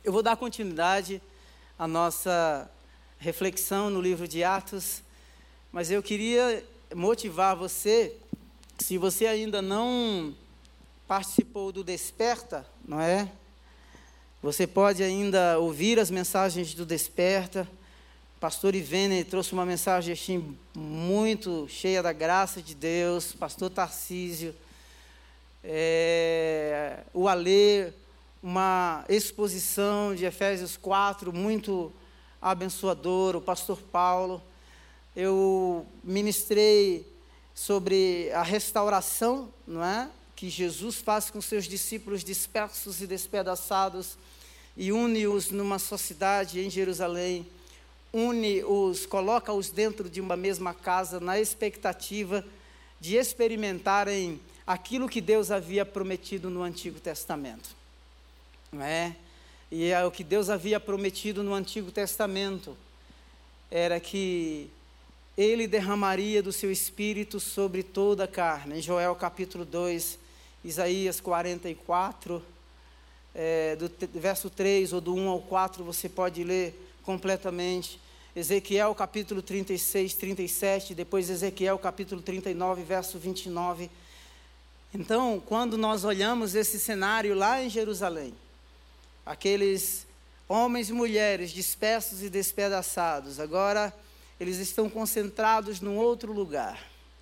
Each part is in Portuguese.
Eu vou dar continuidade à nossa reflexão no livro de Atos, mas eu queria motivar você, se você ainda não participou do Desperta, não é? Você pode ainda ouvir as mensagens do Desperta. O pastor Ivene trouxe uma mensagem assim, muito cheia da graça de Deus. Pastor Tarcísio, o Alê, uma exposição de Efésios 4, muito abençoadora. O pastor Paulo, eu ministrei sobre a restauração, não é? Que Jesus faz com seus discípulos dispersos e despedaçados e une-os numa sociedade em Jerusalém, coloca-os dentro de uma mesma casa na expectativa de experimentarem aquilo que Deus havia prometido no Antigo Testamento. Não é? E o que Deus havia prometido no Antigo Testamento era que Ele derramaria do seu Espírito sobre toda a carne. Em Joel capítulo 2, Isaías 44, do verso 3 ou do 1 ao 4, você pode ler completamente. Ezequiel capítulo 36, 37, depois Ezequiel capítulo 39, verso 29. Então, quando nós olhamos esse cenário lá em Jerusalém, aqueles homens e mulheres dispersos e despedaçados, agora eles estão concentrados num outro lugar,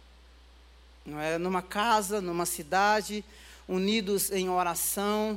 não é? Numa casa, numa cidade, unidos em oração,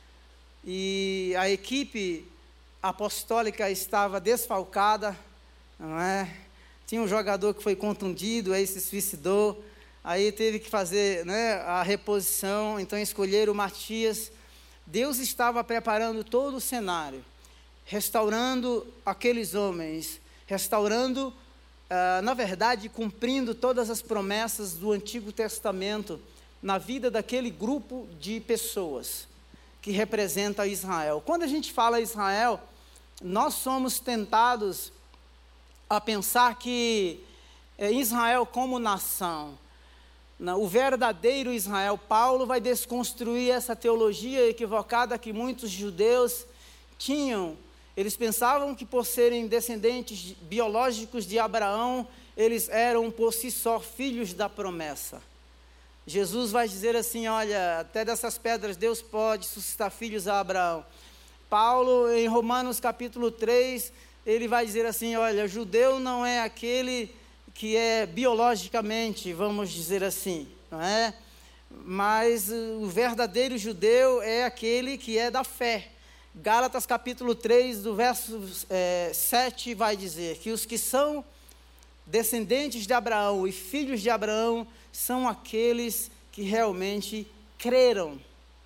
e a equipe apostólica estava desfalcada, não é? Tinha um jogador que foi contundido, aí se suicidou, aí teve que fazer, né, a reposição, então escolheram o Matias. Deus estava preparando todo o cenário, restaurando aqueles homens, restaurando, na verdade, cumprindo todas as promessas do Antigo Testamento na vida daquele grupo de pessoas que representa Israel. Quando a gente fala Israel, nós somos tentados a pensar que Israel como nação, o verdadeiro Israel. Paulo vai desconstruir essa teologia equivocada que muitos judeus tinham. Eles pensavam que por serem descendentes biológicos de Abraão, eles eram por si só filhos da promessa. Jesus vai dizer assim, olha, até dessas pedras Deus pode suscitar filhos a Abraão. Paulo, em Romanos capítulo 3, ele vai dizer assim, olha, judeu não é aquele que é biologicamente, vamos dizer assim, não é? Mas o verdadeiro judeu é aquele que é da fé. Gálatas capítulo 3, do verso 7, vai dizer que os que são descendentes de Abraão e filhos de Abraão são aqueles que realmente creram.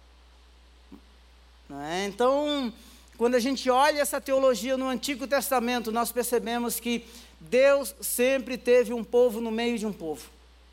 Não é? Então, quando a gente olha essa teologia no Antigo Testamento, nós percebemos que Deus sempre teve um povo no meio de um povo.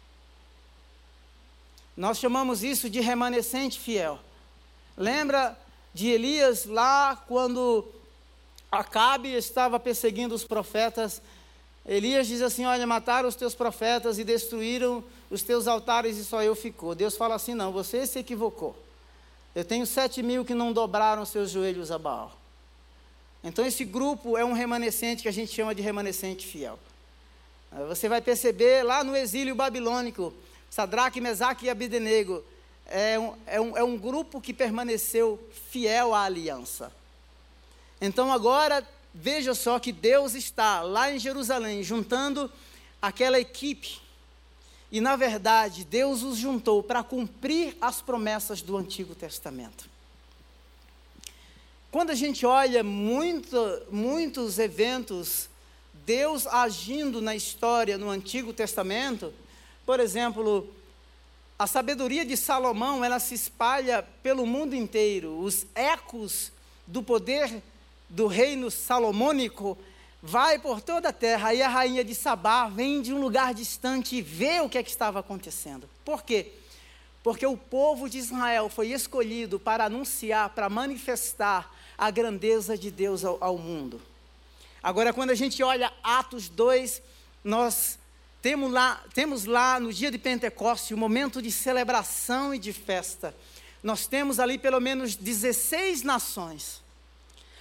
Nós chamamos isso de remanescente fiel. Lembra de Elias lá quando Acabe estava perseguindo os profetas? Elias diz assim, olha, mataram os teus profetas e destruíram os teus altares e só eu ficou. Deus fala assim, não, você se equivocou. Eu tenho 7.000 que não dobraram seus joelhos a Baal. Então esse grupo é um remanescente que a gente chama de remanescente fiel. Você vai perceber lá no exílio babilônico, Sadraque, Mesaque e Abdenego, é um grupo que permaneceu fiel à aliança. Então agora, veja só que Deus está lá em Jerusalém, juntando aquela equipe, e na verdade Deus os juntou para cumprir as promessas do Antigo Testamento. Quando a gente olha muitos eventos, Deus agindo na história no Antigo Testamento, por exemplo, a sabedoria de Salomão, ela se espalha pelo mundo inteiro. Os ecos do poder do reino salomônico vai por toda a terra. Aí a rainha de Sabá vem de um lugar distante e vê o que é que estava acontecendo. Por quê? Porque o povo de Israel foi escolhido para anunciar, para manifestar a grandeza de Deus ao mundo. Agora, quando a gente olha Atos 2, nós temos lá no dia de Pentecostes, um momento de celebração e de festa. Nós temos ali pelo menos 16 nações.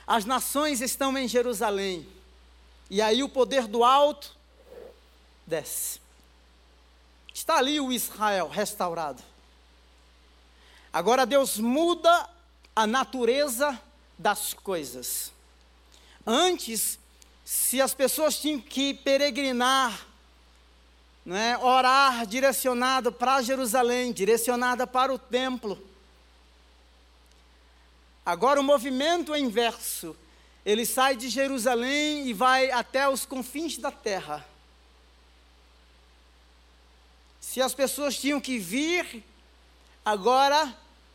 as nações estão em Jerusalém. E aí o poder do alto desce. Está ali o Israel restaurado. Agora Deus muda a natureza das coisas. Antes, se as pessoas tinham que peregrinar, né, orar direcionado para Jerusalém, direcionada para o templo. Agora o movimento é inverso. Ele sai de Jerusalém e vai até os confins da terra. Se as pessoas tinham que vir, agora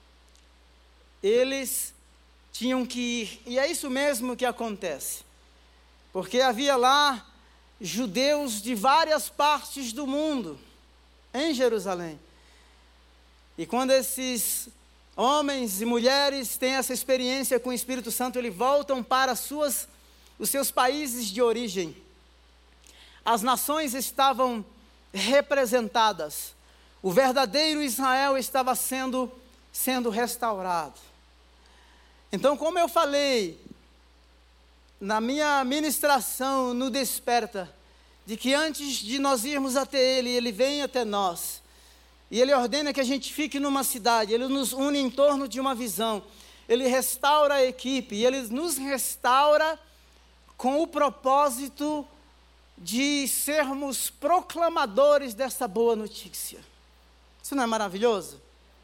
eles tinham que ir. E é isso mesmo que acontece. Porque havia lá judeus de várias partes do mundo, em Jerusalém. E quando esses homens e mulheres têm essa experiência com o Espírito Santo, eles voltam para os seus países de origem. As nações estavam representadas. O verdadeiro Israel estava sendo restaurado. Então, como eu falei na minha ministração no Desperta, de que antes de nós irmos até Ele, Ele vem até nós. E Ele ordena que a gente fique numa cidade, Ele nos une em torno de uma visão. Ele restaura a equipe, e Ele nos restaura com o propósito de sermos proclamadores dessa boa notícia. Isso não é maravilhoso?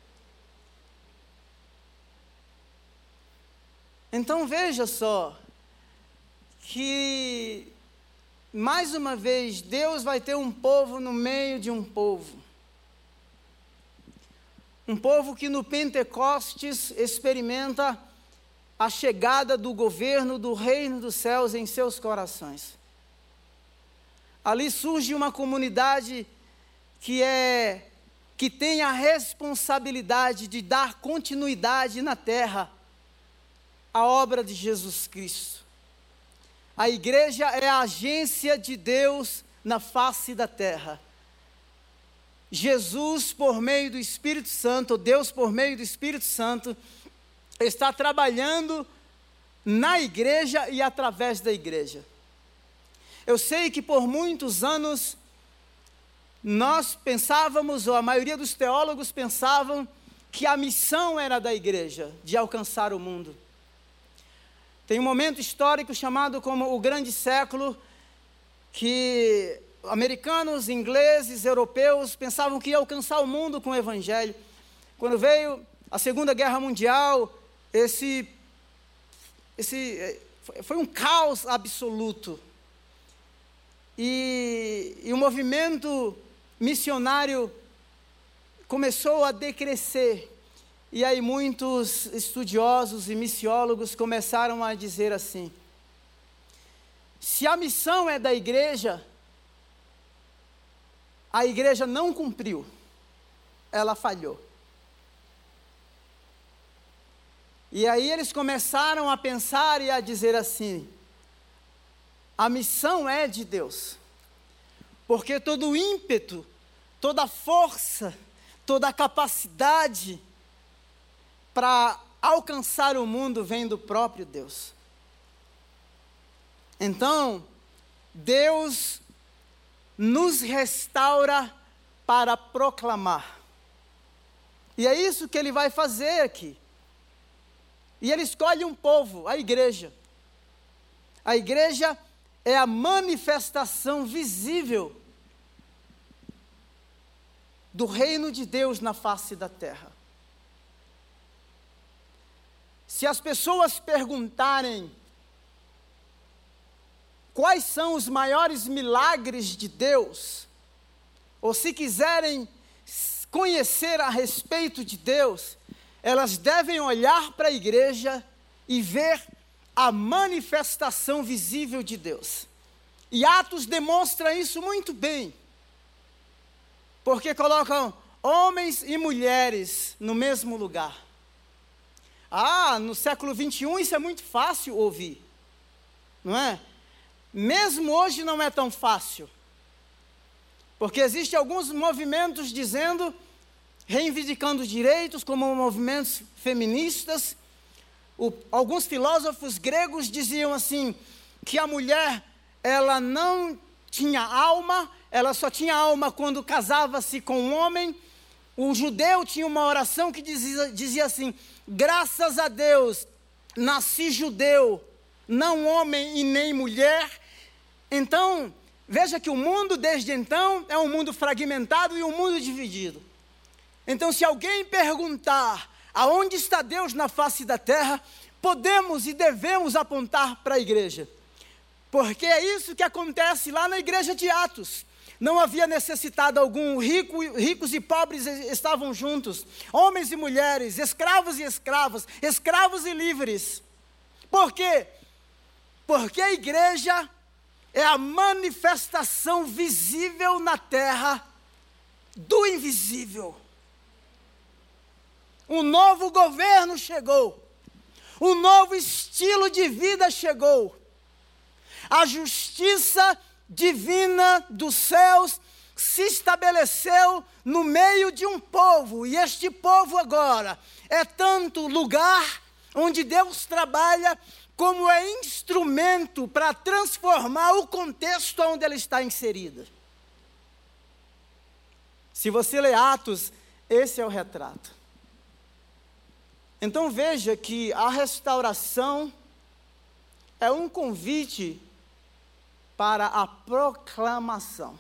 Então veja só, que mais uma vez Deus vai ter um povo no meio de um povo. Um povo que no Pentecostes experimenta a chegada do governo do reino dos céus em seus corações. Ali surge uma comunidade que tem a responsabilidade de dar continuidade na terra à obra de Jesus Cristo. A igreja é a agência de Deus na face da terra. Jesus, por meio do Espírito Santo, Deus por meio do Espírito Santo, está trabalhando na igreja e através da igreja. Eu sei que por muitos anos nós pensávamos, ou a maioria dos teólogos pensavam, que a missão era da igreja, de alcançar o mundo. Tem um momento histórico chamado como o Grande Século, que americanos, ingleses, europeus pensavam que ia alcançar o mundo com o Evangelho. Quando veio a Segunda Guerra Mundial, foi um caos absoluto. E o movimento missionário começou a decrescer. E aí muitos estudiosos e missiólogos começaram a dizer assim: se a missão é da igreja, a igreja não cumpriu, ela falhou. E aí eles começaram a pensar e a dizer assim: a missão é de Deus, porque todo o ímpeto, toda a força, toda a capacidade para alcançar o mundo vem do próprio Deus. Então, Deus nos restaura para proclamar. E é isso que Ele vai fazer aqui. E Ele escolhe um povo, a igreja. A igreja é a manifestação visível do reino de Deus na face da terra. Se as pessoas perguntarem quais são os maiores milagres de Deus, ou se quiserem conhecer a respeito de Deus, elas devem olhar para a igreja e ver a manifestação visível de Deus. E Atos demonstra isso muito bem, porque colocam homens e mulheres no mesmo lugar. No século 21 isso é muito fácil ouvir, não é? Mesmo hoje não é tão fácil, porque existem alguns movimentos reivindicando direitos, como movimentos feministas. alguns filósofos gregos diziam assim, que a mulher, ela não tinha alma, ela só tinha alma quando casava-se com um homem. O judeu tinha uma oração que dizia assim, graças a Deus, nasci judeu, não homem e nem mulher. Então, veja que o mundo desde então é um mundo fragmentado e um mundo dividido. Então, se alguém perguntar aonde está Deus na face da terra, podemos e devemos apontar para a igreja. Porque é isso que acontece lá na igreja de Atos. Não havia necessitado algum, ricos e pobres estavam juntos, homens e mulheres, escravos e escravas, escravos e livres. Por quê? Porque a igreja é a manifestação visível na terra do invisível. Um novo governo chegou, um novo estilo de vida chegou. A justiça divina dos céus se estabeleceu no meio de um povo, e este povo agora é tanto lugar onde Deus trabalha, como é instrumento para transformar o contexto onde ela está inserida. Se você ler Atos, esse é o retrato. Então veja que a restauração é um convite para a proclamação.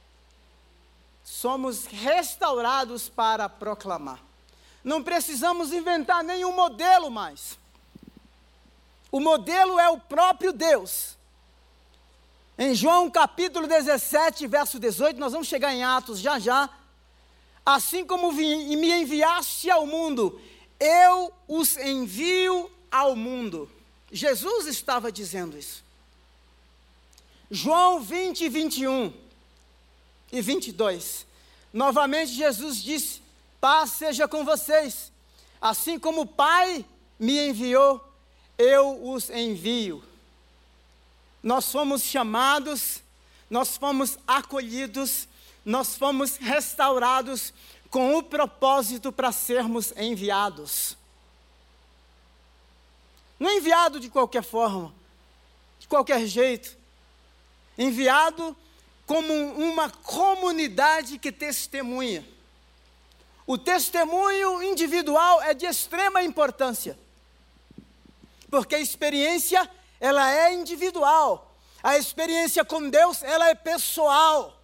Somos restaurados para proclamar. Não precisamos inventar nenhum modelo mais. O modelo é o próprio Deus. Em João capítulo 17, verso 18, nós vamos chegar em Atos já já. Assim como me enviaste ao mundo, eu os envio ao mundo. Jesus estava dizendo isso. João 20, 21 e 22. Novamente Jesus disse, paz seja com vocês. Assim como o Pai me enviou, eu os envio. Nós fomos chamados, nós fomos acolhidos, nós fomos restaurados com o propósito para sermos enviados. Não é enviado de qualquer forma, de qualquer jeito. Enviado como uma comunidade que testemunha. O testemunho individual é de extrema importância, porque a experiência, ela é individual. A experiência com Deus, ela é pessoal.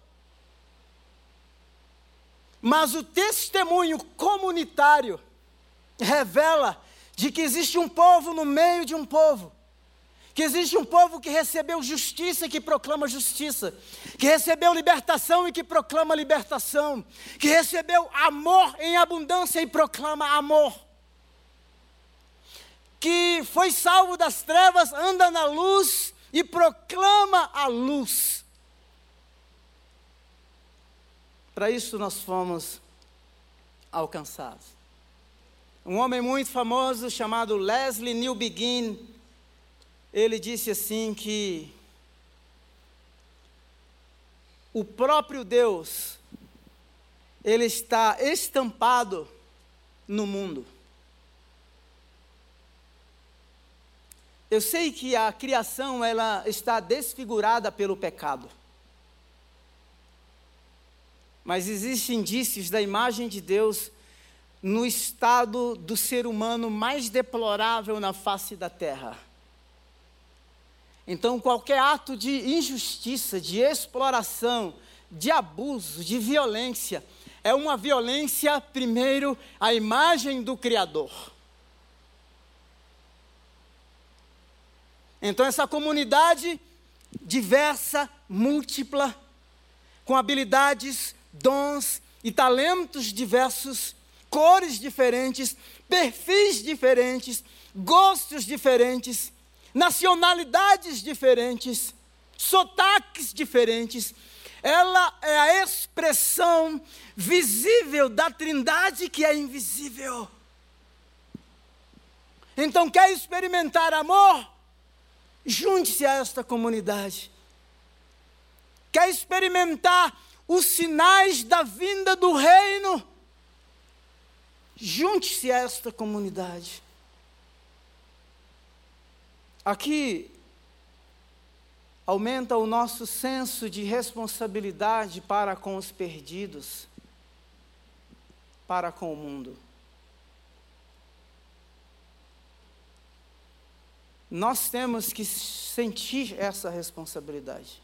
Mas o testemunho comunitário revela de que existe um povo no meio de um povo. Que existe um povo que recebeu justiça e que proclama justiça. Que recebeu libertação e que proclama libertação. Que recebeu amor em abundância e proclama amor. Que foi salvo das trevas, anda na luz e proclama a luz. Para isso nós fomos alcançados. Um homem muito famoso chamado Leslie Newbegin, ele disse assim que o próprio Deus, ele está estampado no mundo. Eu sei que a criação, ela está desfigurada pelo pecado. Mas existem indícios da imagem de Deus no estado do ser humano mais deplorável na face da terra. Então, qualquer ato de injustiça, de exploração, de abuso, de violência, é uma violência, primeiro, à imagem do Criador. Então, essa comunidade diversa, múltipla, com habilidades, dons e talentos diversos, cores diferentes, perfis diferentes, gostos diferentes, nacionalidades diferentes, sotaques diferentes. Ela é a expressão visível da Trindade que é invisível. Então, quer experimentar amor? Junte-se a esta comunidade. Quer experimentar os sinais da vinda do reino? Junte-se a esta comunidade. Aqui aumenta o nosso senso de responsabilidade para com os perdidos, para com o mundo. Nós temos que sentir essa responsabilidade.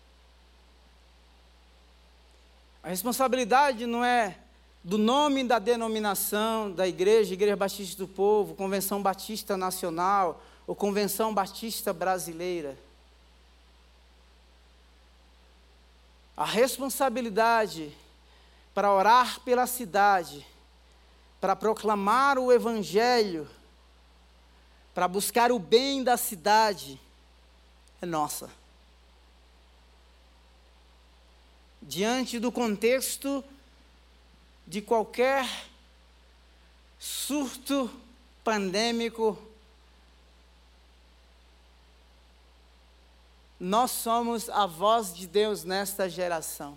A responsabilidade não é do nome da denominação da igreja, Igreja Batista do Povo, Convenção Batista Nacional ou Convenção Batista Brasileira. A responsabilidade para orar pela cidade, para proclamar o Evangelho, para buscar o bem da cidade, é nossa. Diante do contexto de qualquer surto pandêmico, nós somos a voz de Deus nesta geração.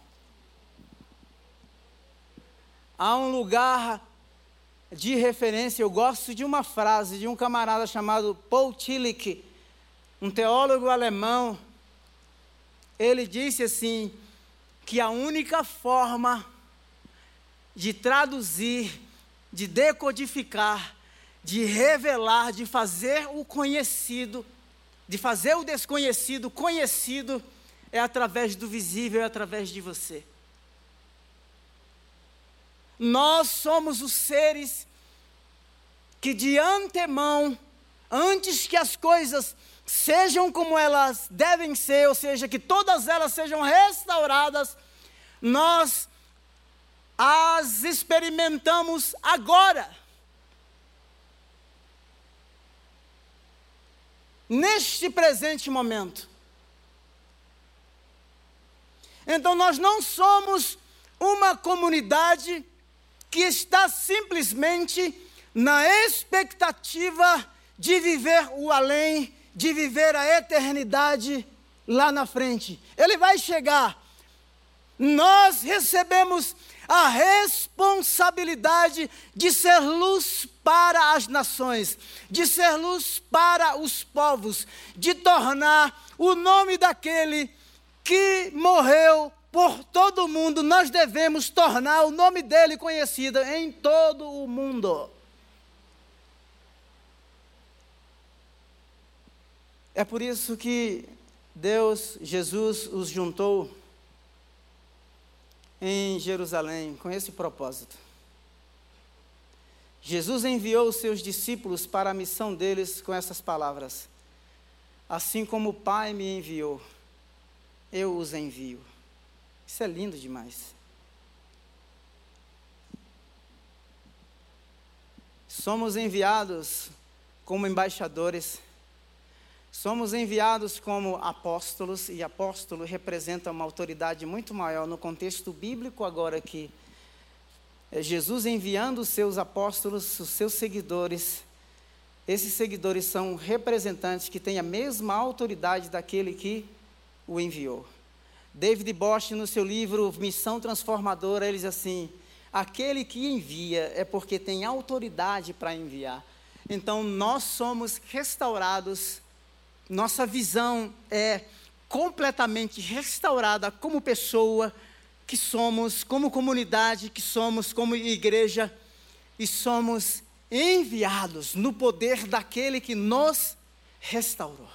Há um lugar de referência, eu gosto de uma frase de um camarada chamado Paul Tillich, um teólogo alemão. Ele disse assim, que a única forma de traduzir, de decodificar, de revelar, de fazer o conhecido, de fazer o desconhecido conhecido, é através do visível, é através de você. Nós somos os seres que de antemão, antes que as coisas sejam como elas devem ser, ou seja, que todas elas sejam restauradas, nós as experimentamos agora. Neste presente momento. Então nós não somos uma comunidade que está simplesmente na expectativa de viver o além, de viver a eternidade lá na frente. Ele vai chegar. Nós recebemos a responsabilidade de ser luz para as nações, de ser luz para os povos, de tornar o nome daquele que morreu por todo o mundo, nós devemos tornar o nome dele conhecido em todo o mundo. É por isso que Jesus os juntou em Jerusalém, com esse propósito. Jesus enviou os seus discípulos para a missão deles com essas palavras: assim como o Pai me enviou, eu os envio. Isso é lindo demais. Somos enviados como embaixadores, somos enviados como apóstolos, e apóstolo representa uma autoridade muito maior no contexto bíblico agora aqui. É Jesus enviando os seus apóstolos, os seus seguidores. Esses seguidores são representantes que têm a mesma autoridade daquele que o enviou. David Bosch, no seu livro Missão Transformadora, ele diz assim: aquele que envia é porque tem autoridade para enviar. Então nós somos restaurados, nossa visão é completamente restaurada como pessoa que somos, como comunidade que somos, como igreja, e somos enviados no poder daquele que nos restaurou.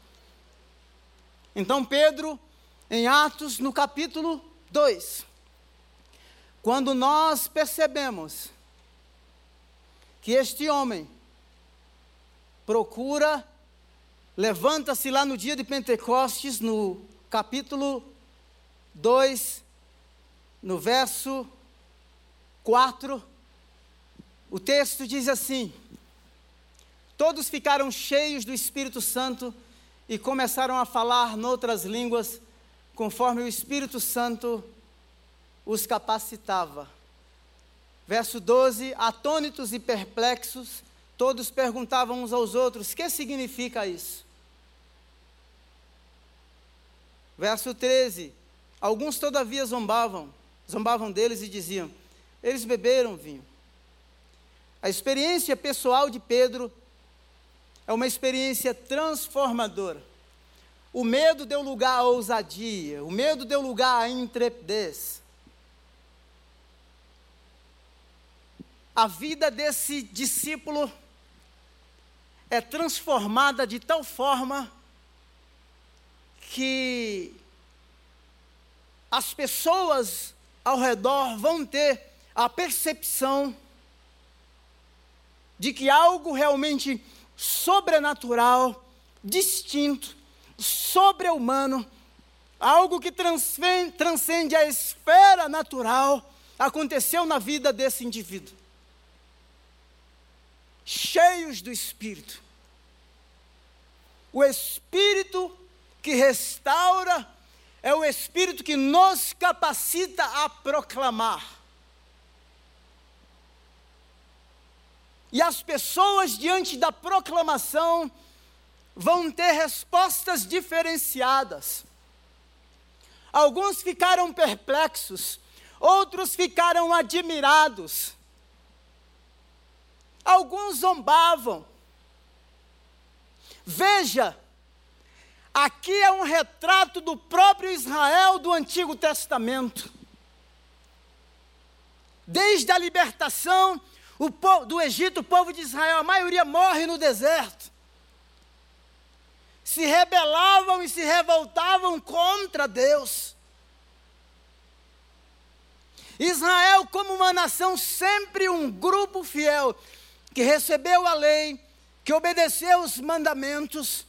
Então Pedro, em Atos, no capítulo 2, quando nós percebemos que este homem levanta-se lá no dia de Pentecostes, no capítulo 2, no verso 4, o texto diz assim: todos ficaram cheios do Espírito Santo e começaram a falar noutras línguas, conforme o Espírito Santo os capacitava. Verso 12, atônitos e perplexos, todos perguntavam uns aos outros: o que significa isso? Verso 13, alguns todavia zombavam deles e diziam: eles beberam vinho. A experiência pessoal de Pedro é uma experiência transformadora. O medo deu lugar à ousadia, o medo deu lugar à intrepidez. A vida desse discípulo é transformada de tal forma que as pessoas ao redor vão ter a percepção de que algo realmente sobrenatural, distinto, sobre-humano, algo que transcende a esfera natural, aconteceu na vida desse indivíduo. Cheios do Espírito. O Espírito que restaura é o Espírito que nos capacita a proclamar. E as pessoas, diante da proclamação, vão ter respostas diferenciadas. Alguns ficaram perplexos, outros ficaram admirados. Alguns zombavam. Veja, aqui é um retrato do próprio Israel do Antigo Testamento. Desde a libertação do Egito, o povo de Israel, a maioria morre no deserto. Se rebelavam e se revoltavam contra Deus. Israel, como uma nação, sempre um grupo fiel, que recebeu a lei, que obedeceu os mandamentos.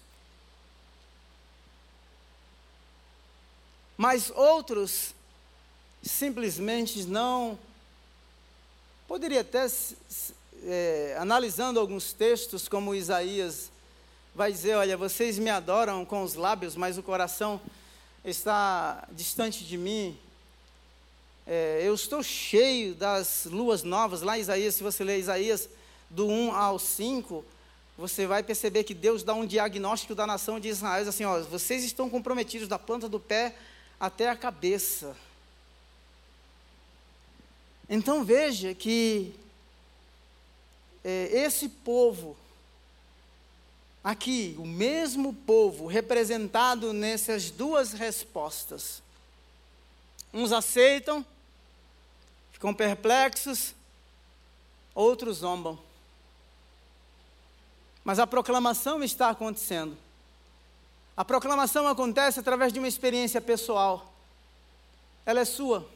Mas outros simplesmente não. Poderia até, analisando alguns textos, como Isaías vai dizer, olha, vocês me adoram com os lábios, mas o coração está distante de mim. Eu estou cheio das luas novas. Lá em Isaías, se você ler Isaías do 1 ao 5, você vai perceber que Deus dá um diagnóstico da nação de Israel, assim, ó, vocês estão comprometidos da planta do pé até a cabeça. Então veja que esse povo, aqui, o mesmo povo representado nessas duas respostas, uns aceitam, ficam perplexos, outros zombam. Mas a proclamação está acontecendo. A proclamação acontece através de uma experiência pessoal. Ela é sua.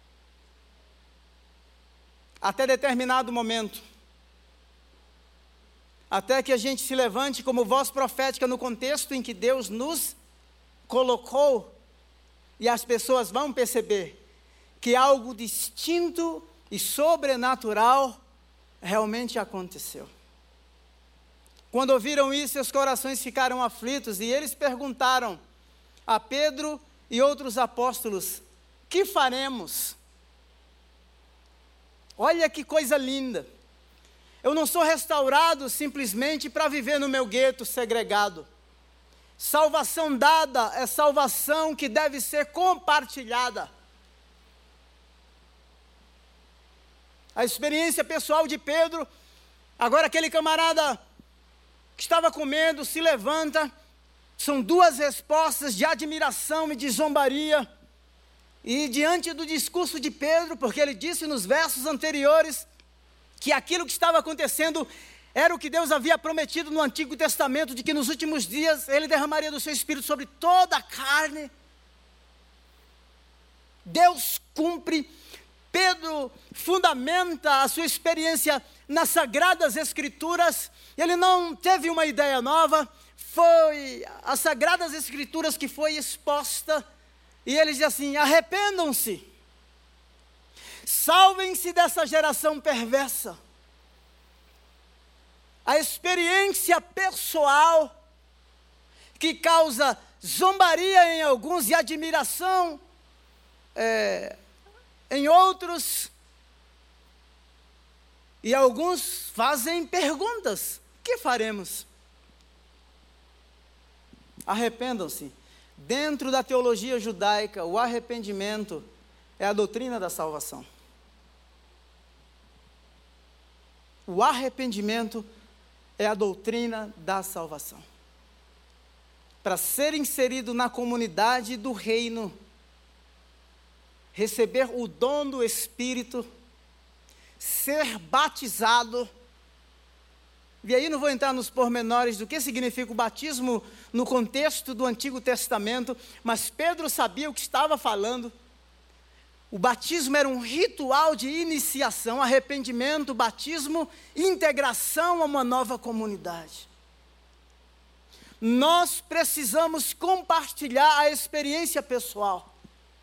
Até determinado momento. Até que a gente se levante como voz profética no contexto em que Deus nos colocou. E as pessoas vão perceber que algo distinto e sobrenatural realmente aconteceu. Quando ouviram isso, seus corações ficaram aflitos e eles perguntaram a Pedro e outros apóstolos: que faremos? Olha que coisa linda. Eu não sou restaurado simplesmente para viver no meu gueto segregado. Salvação dada é salvação que deve ser compartilhada. A experiência pessoal de Pedro, agora aquele camarada que estava comendo, se levanta, são duas respostas de admiração e de zombaria, e diante do discurso de Pedro, porque ele disse nos versos anteriores, que aquilo que estava acontecendo, era o que Deus havia prometido no Antigo Testamento, de que nos últimos dias, Ele derramaria do seu Espírito sobre toda a carne. Deus cumpre. Pedro fundamenta a sua experiência nas Sagradas Escrituras. Ele não teve uma ideia nova, foi as Sagradas Escrituras que foi exposta, e ele diz assim: arrependam-se, salvem-se dessa geração perversa. A experiência pessoal que causa zombaria em alguns e admiração em outros, e alguns fazem perguntas: o que faremos? Arrependam-se. Dentro da teologia judaica, o arrependimento é a doutrina da salvação. O arrependimento é a doutrina da salvação. Para ser inserido na comunidade do reino, receber o dom do Espírito, ser batizado. E aí não vou entrar nos pormenores do que significa o batismo no contexto do Antigo Testamento, mas Pedro sabia o que estava falando. O batismo era um ritual de iniciação, arrependimento, batismo, integração a uma nova comunidade. Nós precisamos compartilhar a experiência pessoal.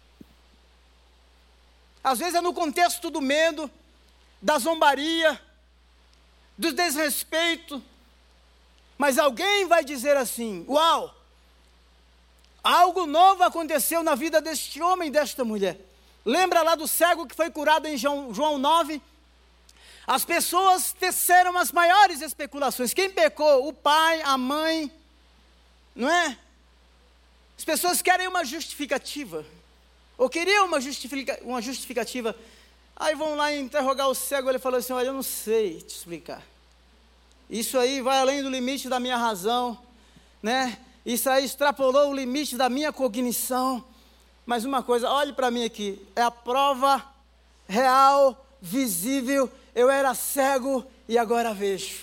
Às vezes é no contexto do medo, da zombaria, do desrespeito, mas alguém vai dizer assim: uau, algo novo aconteceu na vida deste homem e desta mulher. Lembra lá do cego que foi curado em João 9? As pessoas teceram as maiores especulações. Quem pecou? O pai, a mãe, não é? As pessoas querem uma justificativa, ou queriam uma justificativa. Aí vão lá interrogar o cego, ele falou assim: olha, eu não sei te explicar. Isso aí vai além do limite da minha razão, né? Isso aí extrapolou o limite da minha cognição. Mas uma coisa, olhe para mim aqui, é a prova real, visível. Eu era cego e agora vejo.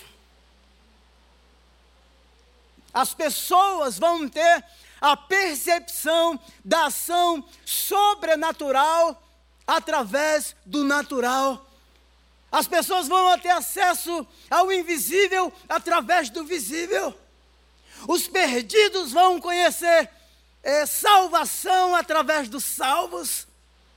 As pessoas vão ter a percepção da ação sobrenatural através do natural. As pessoas vão ter acesso ao invisível através do visível. Os perdidos vão conhecer salvação através dos salvos.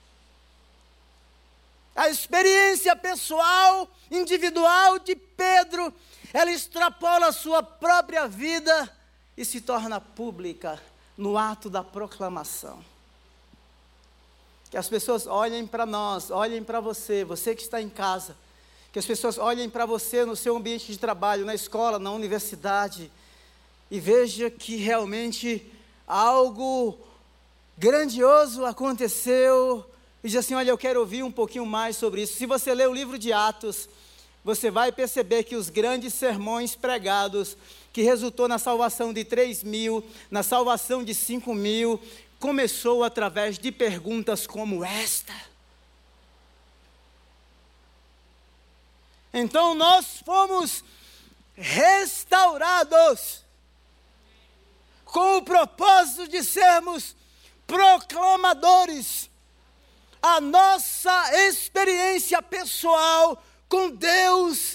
A experiência pessoal, individual de Pedro, ela extrapola a sua própria vida e se torna pública no ato da proclamação. Que as pessoas olhem para nós, olhem para você, você que está em casa. Que as pessoas olhem para você no seu ambiente de trabalho, na escola, na universidade, e veja que realmente algo grandioso aconteceu, e diz assim: olha, eu quero ouvir um pouquinho mais sobre isso. Se você ler o livro de Atos, você vai perceber que os grandes sermões pregados, que resultou na salvação de 3.000, na salvação de 5.000, começou através de perguntas como esta. Então nós fomos restaurados com o propósito de sermos proclamadores. A nossa experiência pessoal com Deus,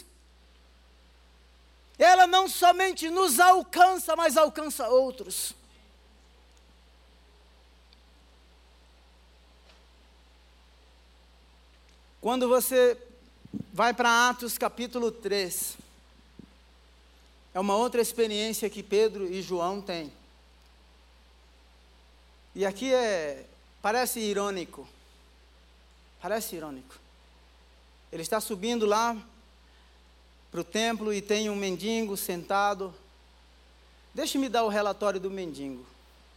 ela não somente nos alcança, mas alcança outros. Quando você vai para Atos capítulo 3, é uma outra experiência que Pedro e João têm. E aqui parece irônico. Parece irônico. Ele está subindo lá para o templo e tem um mendigo sentado. Deixe-me dar o relatório do mendigo.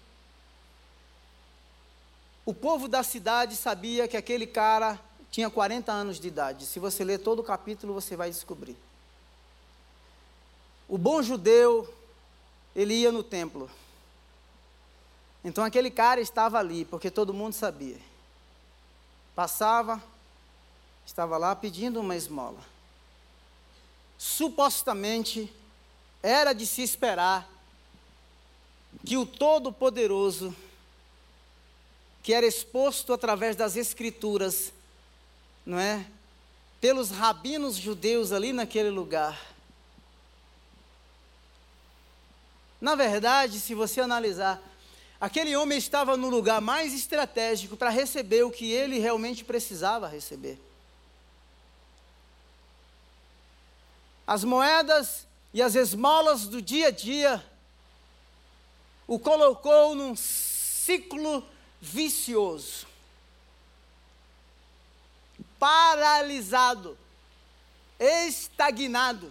O povo da cidade sabia que aquele cara tinha 40 anos de idade. Se você ler todo o capítulo, você vai descobrir. O bom judeu, ele ia no templo. Então aquele cara estava ali, porque todo mundo sabia. Passava, estava lá pedindo uma esmola. Supostamente, era de se esperar que o Todo-Poderoso, que era exposto através das Escrituras, não é? Pelos rabinos judeus ali naquele lugar. Na verdade, se você analisar, aquele homem estava no lugar mais estratégico para receber o que ele realmente precisava receber. As moedas e as esmolas do dia a dia o colocou num ciclo vicioso, paralisado, estagnado,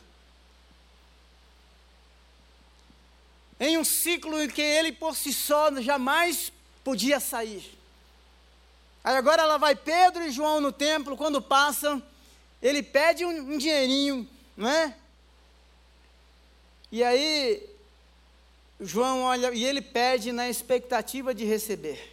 em um ciclo em que ele por si só jamais podia sair. Aí agora lá vai Pedro e João no templo. Quando passam, ele pede um dinheirinho, não é? E aí, João olha e ele pede na expectativa de receber.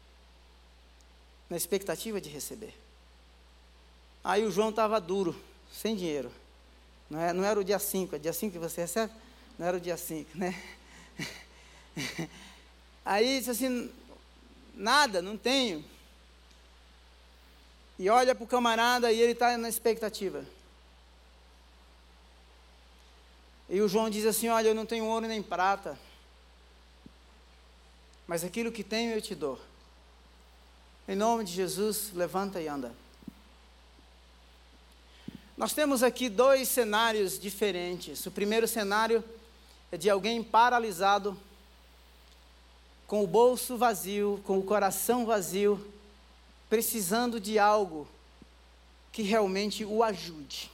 Na expectativa de receber. Aí o João estava duro, sem dinheiro. Não era o dia 5, é dia 5 que você recebe? Não era o dia 5, né? Aí disse assim, nada, não tenho. E olha para o camarada e ele está na expectativa. E o João diz assim, olha, eu não tenho ouro nem prata, mas aquilo que tenho eu te dou. Em nome de Jesus, levanta e anda. Nós temos aqui dois cenários diferentes. O primeiro cenário é de alguém paralisado, com o bolso vazio, com o coração vazio, precisando de algo que realmente o ajude.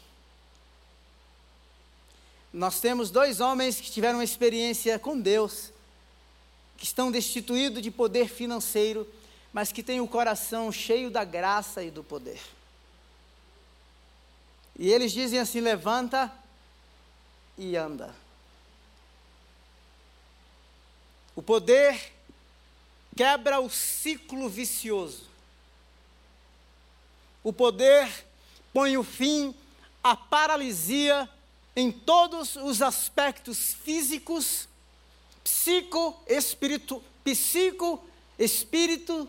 Nós temos dois homens que tiveram uma experiência com Deus, que estão destituídos de poder financeiro, mas que têm o coração cheio da graça e do poder. E eles dizem assim, levanta e anda. O poder quebra o ciclo vicioso. O poder põe o fim à paralisia em todos os aspectos físicos, espírito,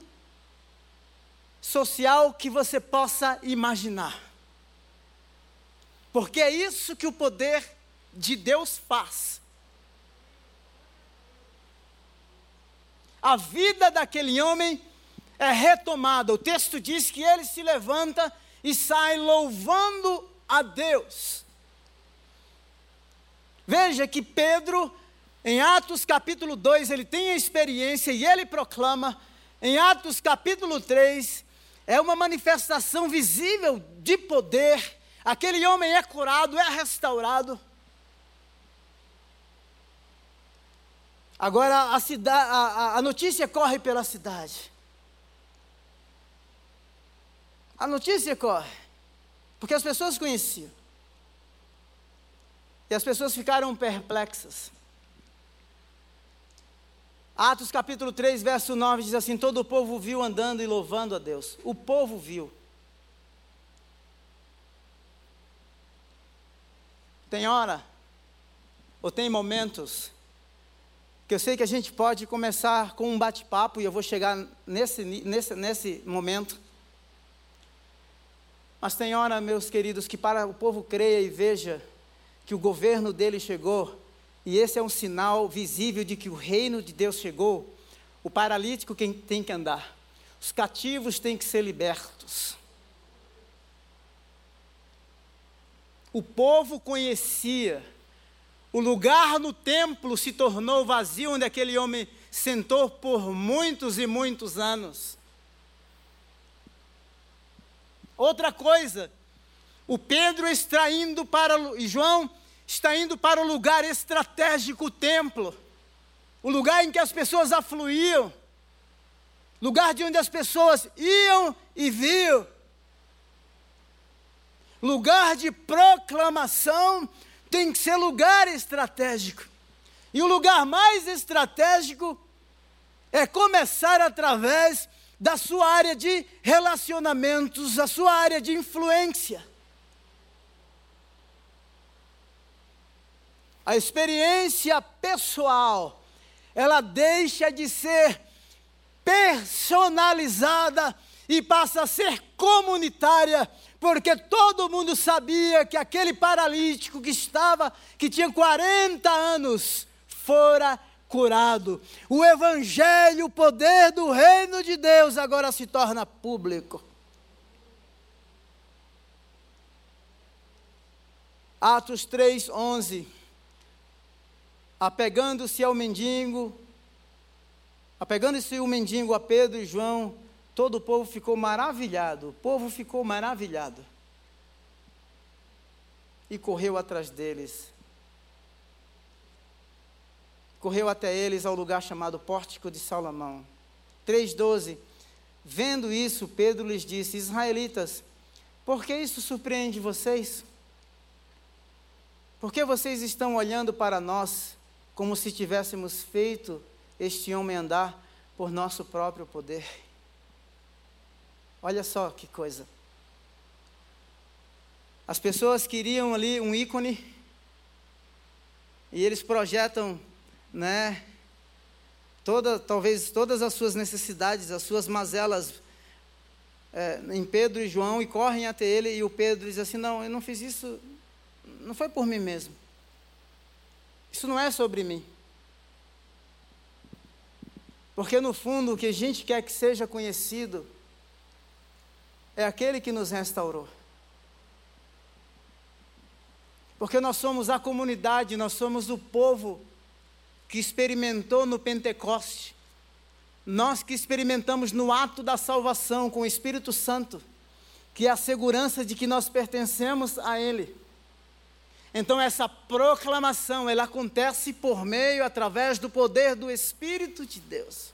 social que você possa imaginar. Porque é isso que o poder de Deus faz. A vida daquele homem é retomada. O texto diz que ele se levanta e sai louvando a Deus. Veja que Pedro, em Atos capítulo 2, ele tem a experiência e ele proclama. Em Atos capítulo 3, é uma manifestação visível de poder. Aquele homem é curado, é restaurado. Agora a notícia corre pela cidade. A notícia corre, porque as pessoas conheciam. E as pessoas ficaram perplexas. Atos capítulo 3, verso 9 diz assim, todo o povo viu andando e louvando a Deus. O povo viu. Tem hora, ou tem momentos, que eu sei que a gente pode começar com um bate-papo, e eu vou chegar nesse momento. Mas tem hora, meus queridos, que para o povo creia e veja que o governo dele chegou, e esse é um sinal visível de que o reino de Deus chegou, o paralítico tem que andar, os cativos têm que ser libertos. O povo conhecia, o lugar no templo se tornou vazio, onde aquele homem sentou por muitos e muitos anos. Outra coisa, o Pedro está indo e João está indo para o lugar estratégico, o templo, o lugar em que as pessoas afluíam, lugar de onde as pessoas iam e viam, lugar de proclamação tem que ser lugar estratégico. E o lugar mais estratégico é começar através da sua área de relacionamentos, a sua área de influência. A experiência pessoal, ela deixa de ser personalizada e passa a ser comunitária, porque todo mundo sabia que aquele paralítico que tinha 40 anos, fora curado. O evangelho, o poder do reino de Deus agora se torna público. Atos 3:11. Apegando-se o mendigo a Pedro e João, todo o povo ficou maravilhado. O povo ficou maravilhado. E correu atrás deles. Correu até eles ao lugar chamado Pórtico de Salomão. 3:12. Vendo isso, Pedro lhes disse: Israelitas, por que isso surpreende vocês? Por que vocês estão olhando para nós como se tivéssemos feito este homem andar por nosso próprio poder? Olha só que coisa. As pessoas queriam ali um ícone, e eles projetam, talvez todas as suas necessidades, as suas mazelas em Pedro e João, e correm até ele, e o Pedro diz assim: não, eu não fiz isso, não foi por mim mesmo, isso não é sobre mim. Porque no fundo o que a gente quer que seja conhecido é aquele que nos restaurou. Porque nós somos a comunidade, nós somos o povo que experimentou no Pentecoste. Nós que experimentamos no ato da salvação com o Espírito Santo, que é a segurança de que nós pertencemos a Ele. Então essa proclamação, ela acontece por meio, através do poder do Espírito de Deus.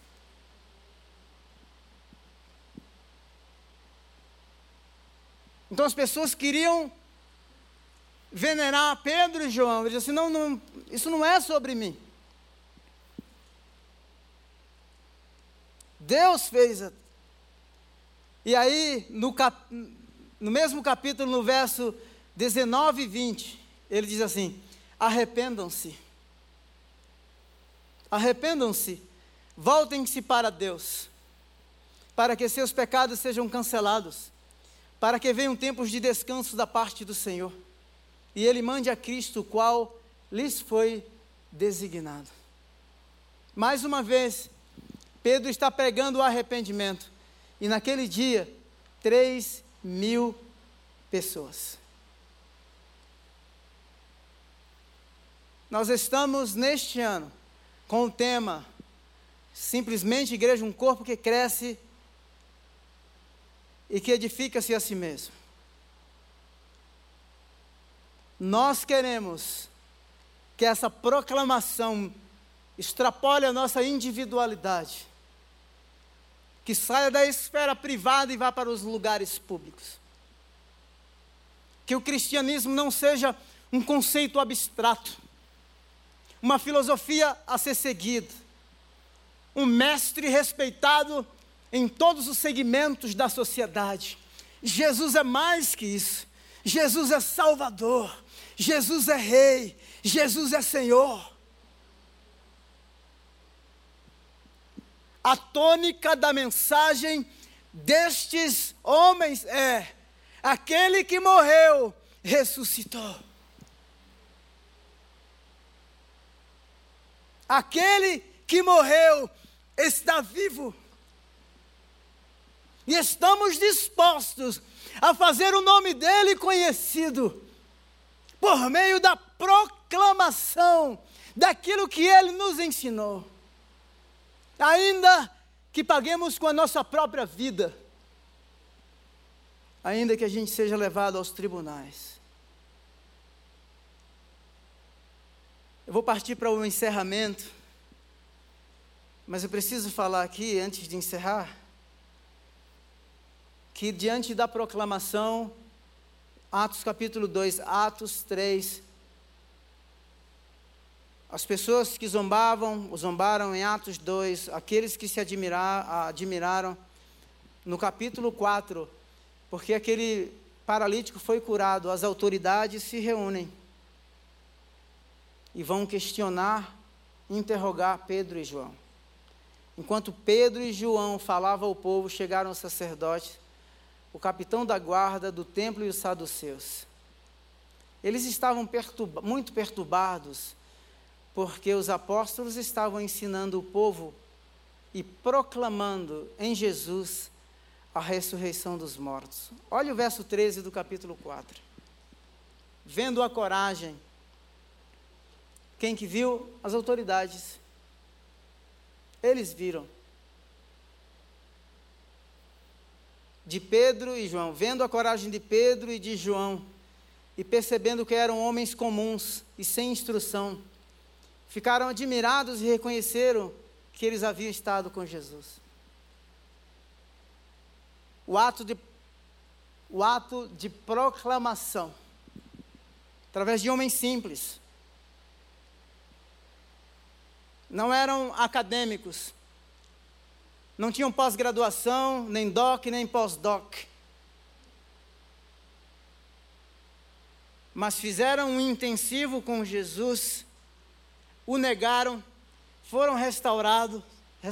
Então as pessoas queriam venerar Pedro e João. Ele disse assim: não, isso não é sobre mim. Deus fez. E aí, no mesmo capítulo, no verso 19 e 20, ele diz assim: arrependam-se. Arrependam-se, voltem-se para Deus, para que seus pecados sejam cancelados, para que venham tempos de descanso da parte do Senhor, e Ele mande a Cristo, o qual lhes foi designado. Mais uma vez, Pedro está pregando o arrependimento, e naquele dia, 3.000 pessoas. Nós estamos neste ano com o tema, simplesmente igreja, um corpo que cresce e que edifica-se a si mesmo. Nós queremos que essa proclamação extrapole a nossa individualidade, que saia da esfera privada e vá para os lugares públicos. Que o cristianismo não seja um conceito abstrato, uma filosofia a ser seguida, um mestre respeitado em todos os segmentos da sociedade. Jesus é mais que isso. Jesus é Salvador, Jesus é Rei, Jesus é Senhor. A tônica da mensagem destes homens é: aquele que morreu, ressuscitou. Aquele que morreu está vivo. E estamos dispostos a fazer o nome dele conhecido por meio da proclamação daquilo que ele nos ensinou. Ainda que paguemos com a nossa própria vida, ainda que a gente seja levado aos tribunais. Eu vou partir para o encerramento, mas eu preciso falar aqui, antes de encerrar, que diante da proclamação, Atos capítulo 2, Atos 3, as pessoas que zombaram em Atos 2, aqueles que se admiraram no capítulo 4, porque aquele paralítico foi curado, as autoridades se reúnem e vão questionar, interrogar Pedro e João. Enquanto Pedro e João falavam ao povo, chegaram os sacerdotes, o capitão da guarda do templo e os saduceus. Eles estavam muito perturbados, porque os apóstolos estavam ensinando o povo e proclamando em Jesus a ressurreição dos mortos. Olha o verso 13 do capítulo 4. Vendo a coragem, quem que viu? As autoridades. Eles viram. De Pedro e João, vendo a coragem de Pedro e de João, e percebendo que eram homens comuns e sem instrução, ficaram admirados e reconheceram que eles haviam estado com Jesus. O ato de proclamação através de homens simples. Não eram acadêmicos, não tinham pós-graduação, nem doc, nem pós-doc. Mas fizeram um intensivo com Jesus, o negaram, foram restaurados,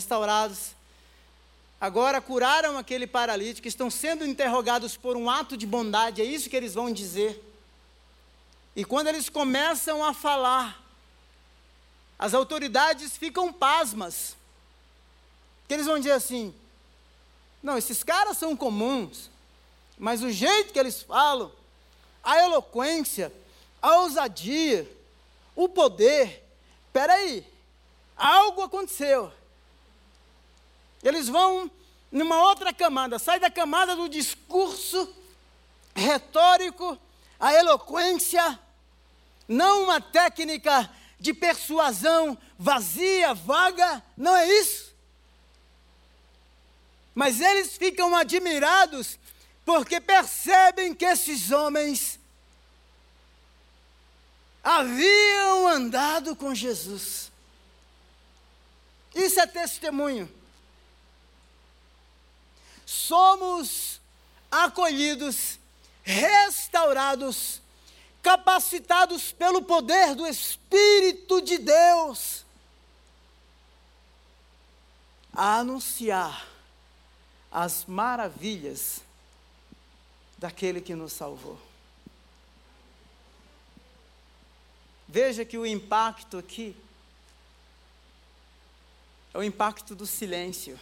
agora curaram aquele paralítico, estão sendo interrogados por um ato de bondade, é isso que eles vão dizer. E quando eles começam a falar, as autoridades ficam pasmas, porque eles vão dizer assim: não, esses caras são comuns, mas o jeito que eles falam, a eloquência, a ousadia, o poder, espera aí, algo aconteceu. Eles vão numa outra camada, sai da camada do discurso retórico, a eloquência, não uma técnica de persuasão vazia, vaga, não é isso. Mas eles ficam admirados, porque percebem que esses homens haviam andado com Jesus. Isso é testemunho. Somos acolhidos, restaurados, capacitados pelo poder do Espírito de Deus a anunciar as maravilhas daquele que nos salvou. Veja que o impacto aqui é o impacto do silêncio.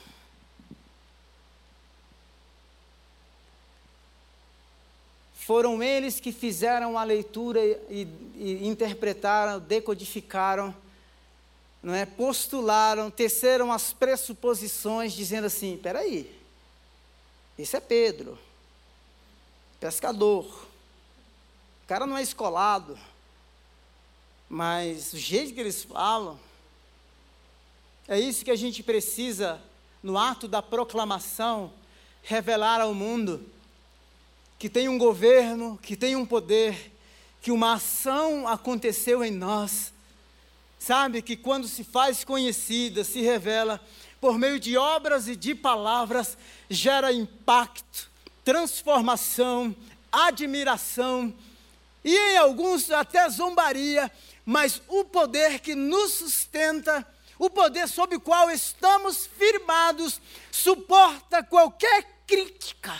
Foram eles que fizeram a leitura e interpretaram, decodificaram, não é? Postularam, teceram as pressuposições, dizendo assim: espera aí, esse é Pedro, pescador, o cara não é escolado, mas o jeito que eles falam, é isso que a gente precisa, no ato da proclamação, revelar ao mundo, que tem um governo, que tem um poder, que uma ação aconteceu em nós, sabe, que quando se faz conhecida, se revela, por meio de obras e de palavras, gera impacto, transformação, admiração, e em alguns até zombaria, mas o poder que nos sustenta, o poder sob o qual estamos firmados, suporta qualquer crítica.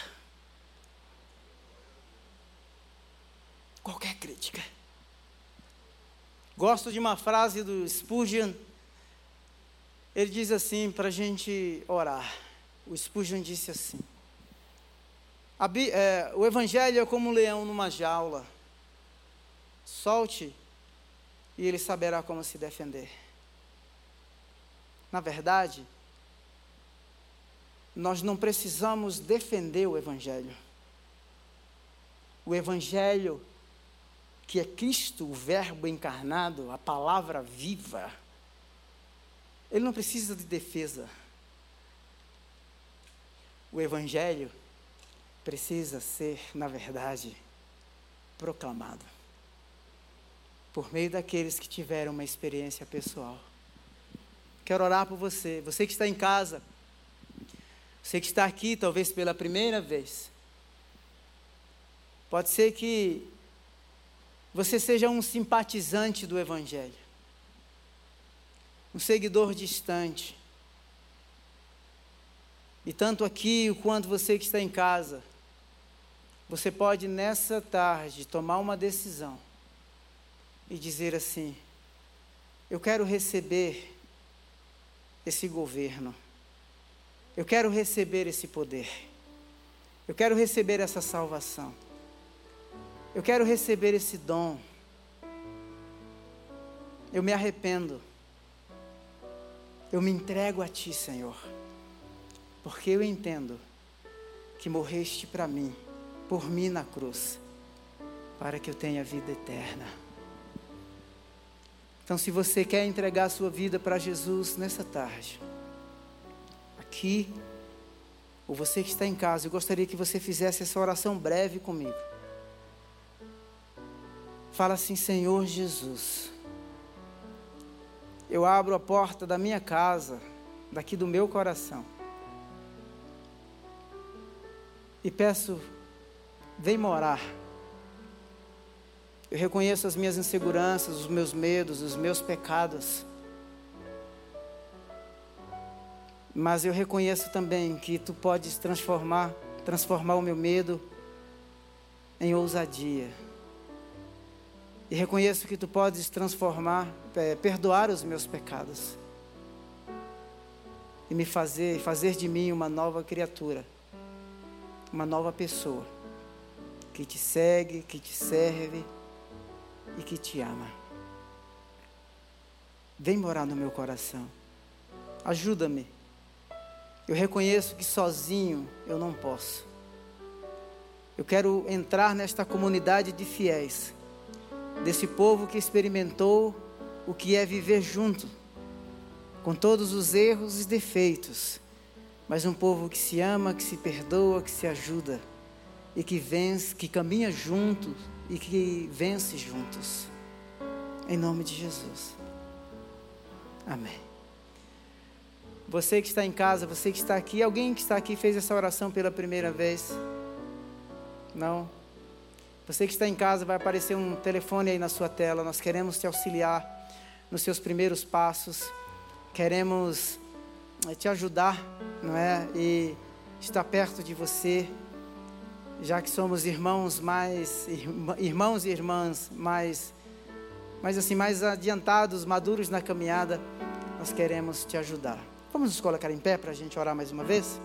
Qualquer crítica. Gosto de uma frase do Spurgeon. Ele diz assim, para a gente orar. O Spurgeon disse assim: o Evangelho é como um leão numa jaula. Solte e ele saberá como se defender. Na verdade, nós não precisamos defender o Evangelho. O Evangelho, que é Cristo, o Verbo encarnado, a palavra viva, ele não precisa de defesa. O Evangelho precisa ser, na verdade, proclamado por meio daqueles que tiveram uma experiência pessoal. Quero orar por você, você que está em casa, você que está aqui talvez pela primeira vez. Pode ser que você seja um simpatizante do Evangelho, um seguidor distante. E tanto aqui quanto você que está em casa, você pode nessa tarde tomar uma decisão e dizer assim: eu quero receber esse governo, eu quero receber esse poder, eu quero receber essa salvação. Eu quero receber esse dom. Eu me arrependo. Eu me entrego a Ti, Senhor. Porque eu entendo que morreste para mim, por mim na cruz, para que eu tenha vida eterna. Então, se você quer entregar a sua vida para Jesus nessa tarde, aqui, ou você que está em casa, eu gostaria que você fizesse essa oração breve comigo. Fala assim: Senhor Jesus, eu abro a porta da minha casa, daqui do meu coração, e peço, vem morar. Eu reconheço as minhas inseguranças, os meus medos, os meus pecados. Mas eu reconheço também que Tu podes transformar o meu medo em ousadia. E reconheço que Tu podes perdoar os meus pecados. E fazer de mim uma nova criatura. Uma nova pessoa. Que Te segue, que Te serve e que Te ama. Vem morar no meu coração. Ajuda-me. Eu reconheço que sozinho eu não posso. Eu quero entrar nesta comunidade de fiéis, desse povo que experimentou o que é viver junto, com todos os erros e defeitos, mas um povo que se ama, que se perdoa, que se ajuda, e que vence, que caminha junto e que vence juntos. Em nome de Jesus. Amém. Você que está em casa, você que está aqui, alguém que está aqui fez essa oração pela primeira vez? Não? Você que está em casa, vai aparecer um telefone aí na sua tela. Nós queremos te auxiliar nos seus primeiros passos. Queremos te ajudar, não é? E estar perto de você, já que somos irmãos e irmãs mais adiantados, maduros na caminhada. Nós queremos te ajudar. Vamos nos colocar em pé para a gente orar mais uma vez?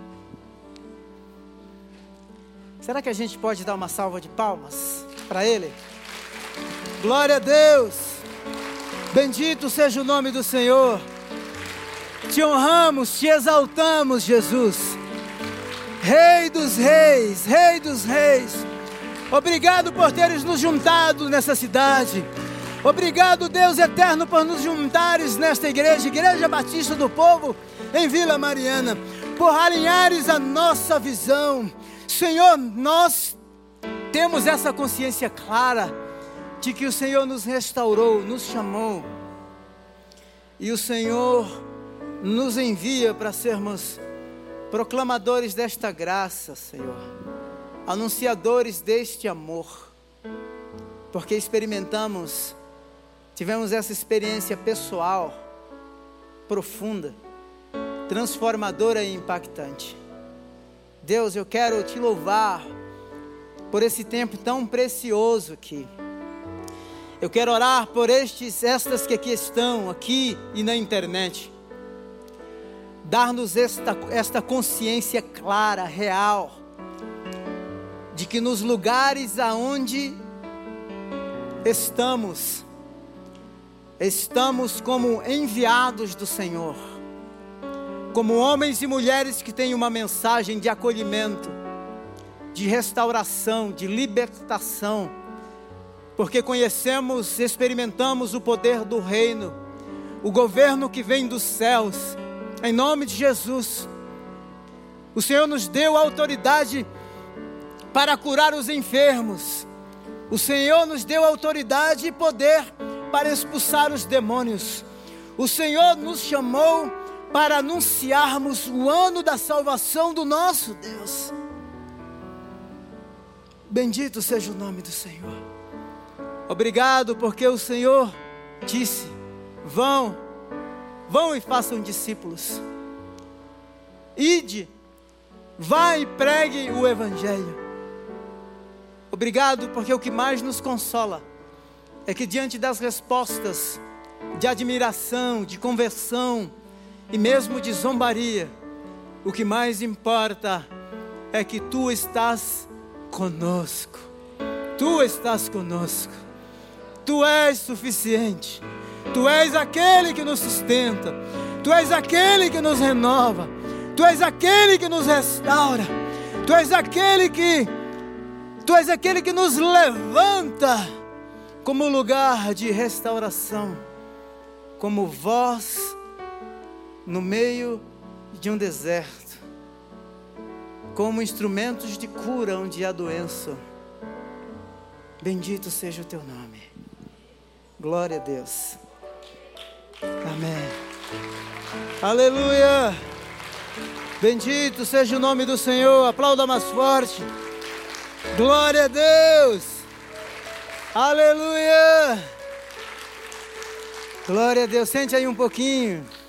Será que a gente pode dar uma salva de palmas para Ele? Glória a Deus! Bendito seja o nome do Senhor. Te honramos, te exaltamos, Jesus. Rei dos reis, Rei dos reis. Obrigado por teres nos juntado nessa cidade. Obrigado, Deus eterno, por nos juntares nesta igreja, Igreja Batista do Povo, em Vila Mariana, por alinhares a nossa visão. Senhor, nós temos essa consciência clara de que o Senhor nos restaurou, nos chamou, e o Senhor nos envia para sermos proclamadores desta graça, Senhor, anunciadores deste amor, porque tivemos essa experiência pessoal, profunda, transformadora e impactante. Deus, eu quero te louvar por esse tempo tão precioso aqui. Eu quero orar por estas que aqui estão, aqui e na internet. Dar-nos esta consciência clara, real, de que nos lugares aonde estamos como enviados do Senhor, como homens e mulheres que têm uma mensagem de acolhimento, de restauração, de libertação, porque conhecemos, experimentamos o poder do reino, o governo que vem dos céus. Em nome de Jesus, o Senhor nos deu autoridade para curar os enfermos. O Senhor nos deu autoridade e poder para expulsar os demônios. O Senhor nos chamou para anunciarmos o ano da salvação do nosso Deus. Bendito seja o nome do Senhor. Obrigado porque o Senhor disse: vão e façam discípulos. Ide, vá e pregue o Evangelho. Obrigado porque o que mais nos consola é que diante das respostas de admiração, de conversão e mesmo de zombaria, o que mais importa é que Tu estás conosco. Tu estás conosco. Tu és suficiente. Tu és aquele que nos sustenta. Tu és aquele que nos renova. Tu és aquele que nos restaura. Tu és aquele que nos levanta como lugar de restauração, como voz no meio de um deserto, como instrumentos de cura onde há doença. Bendito seja o teu nome. Glória a Deus. Amém. Aleluia. Bendito seja o nome do Senhor. Aplauda mais forte. Glória a Deus. Aleluia. Glória a Deus. Sente aí um pouquinho.